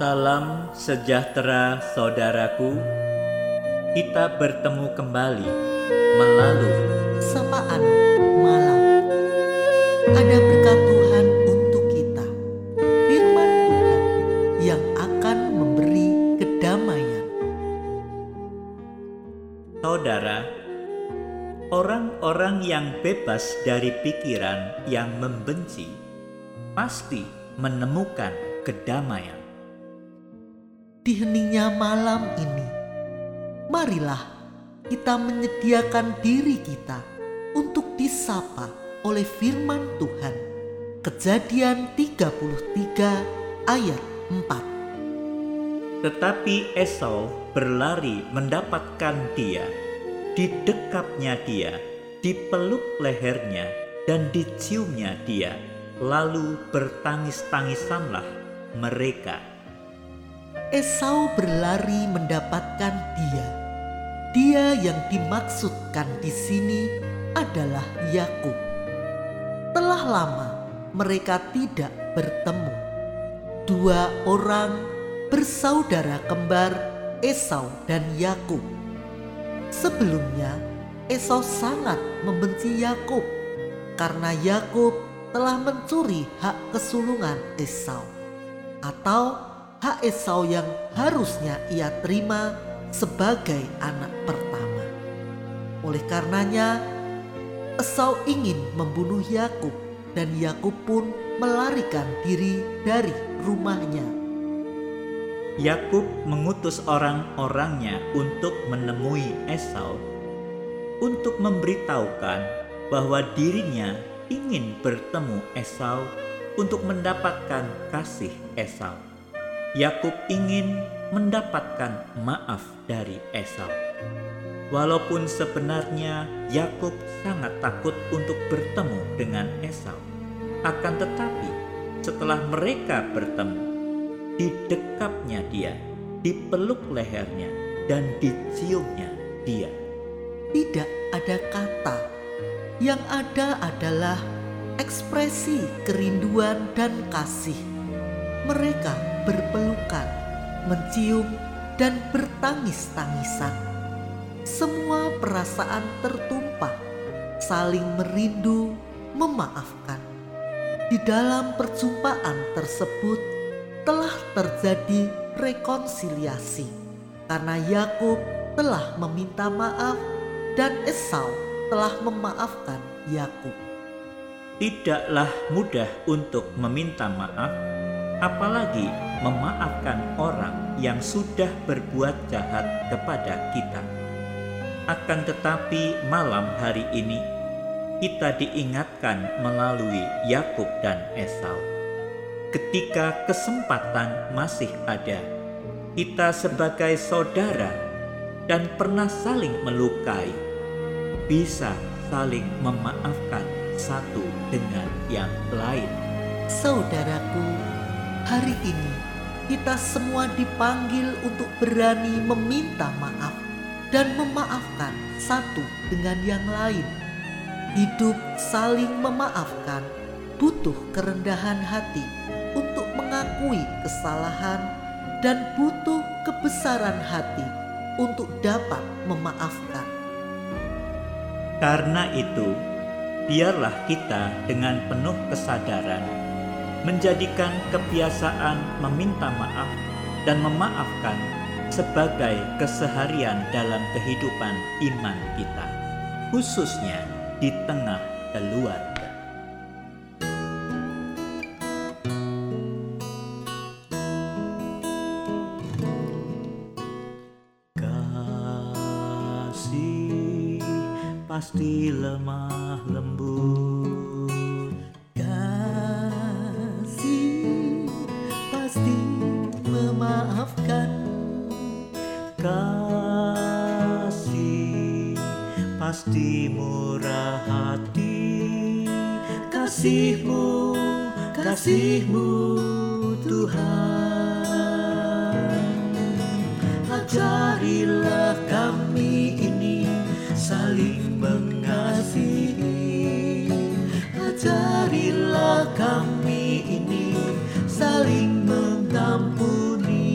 Salam sejahtera saudaraku, kita bertemu kembali melalui Sapaan Malam. Ada berkat Tuhan untuk kita, firman Tuhan yang akan memberi kedamaian. Saudara, orang-orang yang bebas dari pikiran yang membenci pasti menemukan kedamaian. Di heningnya malam ini, marilah kita menyediakan diri kita untuk disapa oleh firman Tuhan. Kejadian 33 ayat 4. Tetapi Esau berlari mendapatkan dia, didekapnya dia, dipeluk lehernya, dan diciumnya dia, lalu bertangis-tangisanlah mereka. Esau berlari mendapatkan dia. Dia yang dimaksudkan di sini adalah Yakub. Telah lama mereka tidak bertemu. Dua orang bersaudara kembar, Esau dan Yakub. Sebelumnya, Esau sangat membenci Yakub karena Yakub telah mencuri hak kesulungan Esau, atau hak Esau yang harusnya ia terima sebagai anak pertama. Oleh karenanya, Esau ingin membunuh Yakub dan Yakub pun melarikan diri dari rumahnya. Yakub mengutus orang-orangnya untuk menemui Esau, untuk memberitahukan bahwa dirinya ingin bertemu Esau untuk mendapatkan kasih Esau. Yakub ingin mendapatkan maaf dari Esau. Walaupun sebenarnya Yakub sangat takut untuk bertemu dengan Esau, akan tetapi setelah mereka bertemu, didekapnya dia, dipeluk lehernya, dan diciumnya dia. Tidak ada kata, yang ada adalah ekspresi kerinduan dan kasih. Mereka berpelukan, mencium, dan bertangis-tangisan. Semua perasaan tertumpah, saling merindu, memaafkan. Di dalam perjumpaan tersebut telah terjadi rekonsiliasi karena Yakub telah meminta maaf dan Esau telah memaafkan Yakub. Tidaklah mudah untuk meminta maaf, apalagi memaafkan orang yang sudah berbuat jahat kepada kita. Akan tetapi malam hari ini kita diingatkan melalui Yakub dan Esau. Ketika kesempatan masih ada, kita sebagai saudara dan pernah saling melukai, bisa saling memaafkan satu dengan yang lain. Saudaraku, hari ini kita semua dipanggil untuk berani meminta maaf dan memaafkan satu dengan yang lain. Hidup saling memaafkan butuh kerendahan hati untuk mengakui kesalahan dan butuh kebesaran hati untuk dapat memaafkan. Karena itu, biarlah kita dengan penuh kesadaran menjadikan kebiasaan meminta maaf dan memaafkan sebagai keseharian dalam kehidupan iman kita, khususnya di tengah keluarga. Kasih pasti lemah lembut, Kasih pasti memaafkan. kasih pasti murah hati. Kasih-Mu, kasih-Mu Tuhan, ajarilah kami ini saling mengasihi. Ajarilah kami ini saling mengampuni.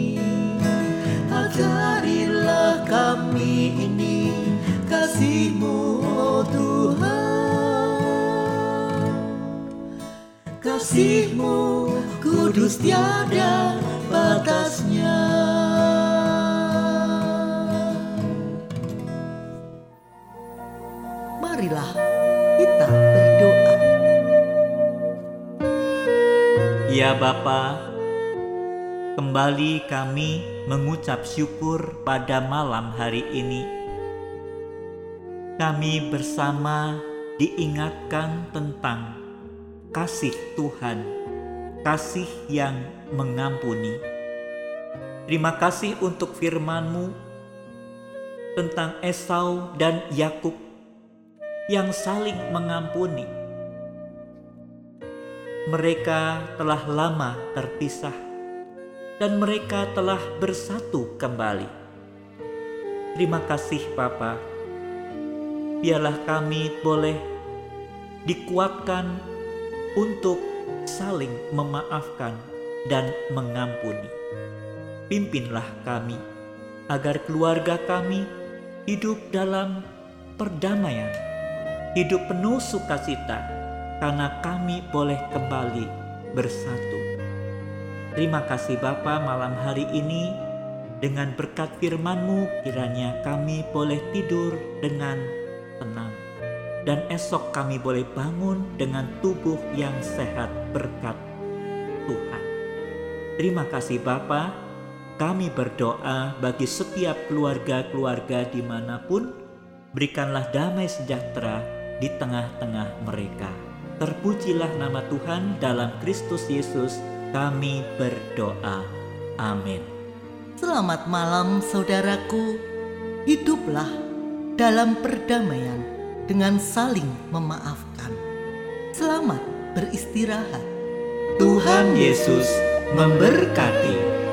kasih-Mu kudus tiada batasnya. Marilah kita berdoa. Ya Bapa, kembali kami mengucap syukur pada malam hari ini. Kami bersama diingatkan tentang kasih Tuhan, kasih yang mengampuni. Terima kasih untuk firman-Mu tentang Esau dan Yakub yang saling mengampuni. Mereka telah lama terpisah dan mereka telah bersatu kembali. Terima kasih Bapa. Biarlah kami boleh dikuatkan untuk saling memaafkan dan mengampuni. Pimpinlah kami agar keluarga kami hidup dalam perdamaian, hidup penuh sukacita, karena kami boleh kembali bersatu. Terima kasih Bapa, malam hari ini dengan berkat firman-Mu kiranya kami boleh tidur dengan tenang, dan esok kami boleh bangun dengan tubuh yang sehat berkat Tuhan. Terima kasih Bapa. Kami berdoa bagi setiap keluarga-keluarga dimanapun, berikanlah damai sejahtera di tengah-tengah mereka. Terpujilah nama Tuhan, dalam Kristus Yesus kami berdoa. Amin. Selamat malam saudaraku. Hiduplah dalam perdamaian dengan saling memaafkan. Selamat beristirahat. Tuhan Yesus memberkati.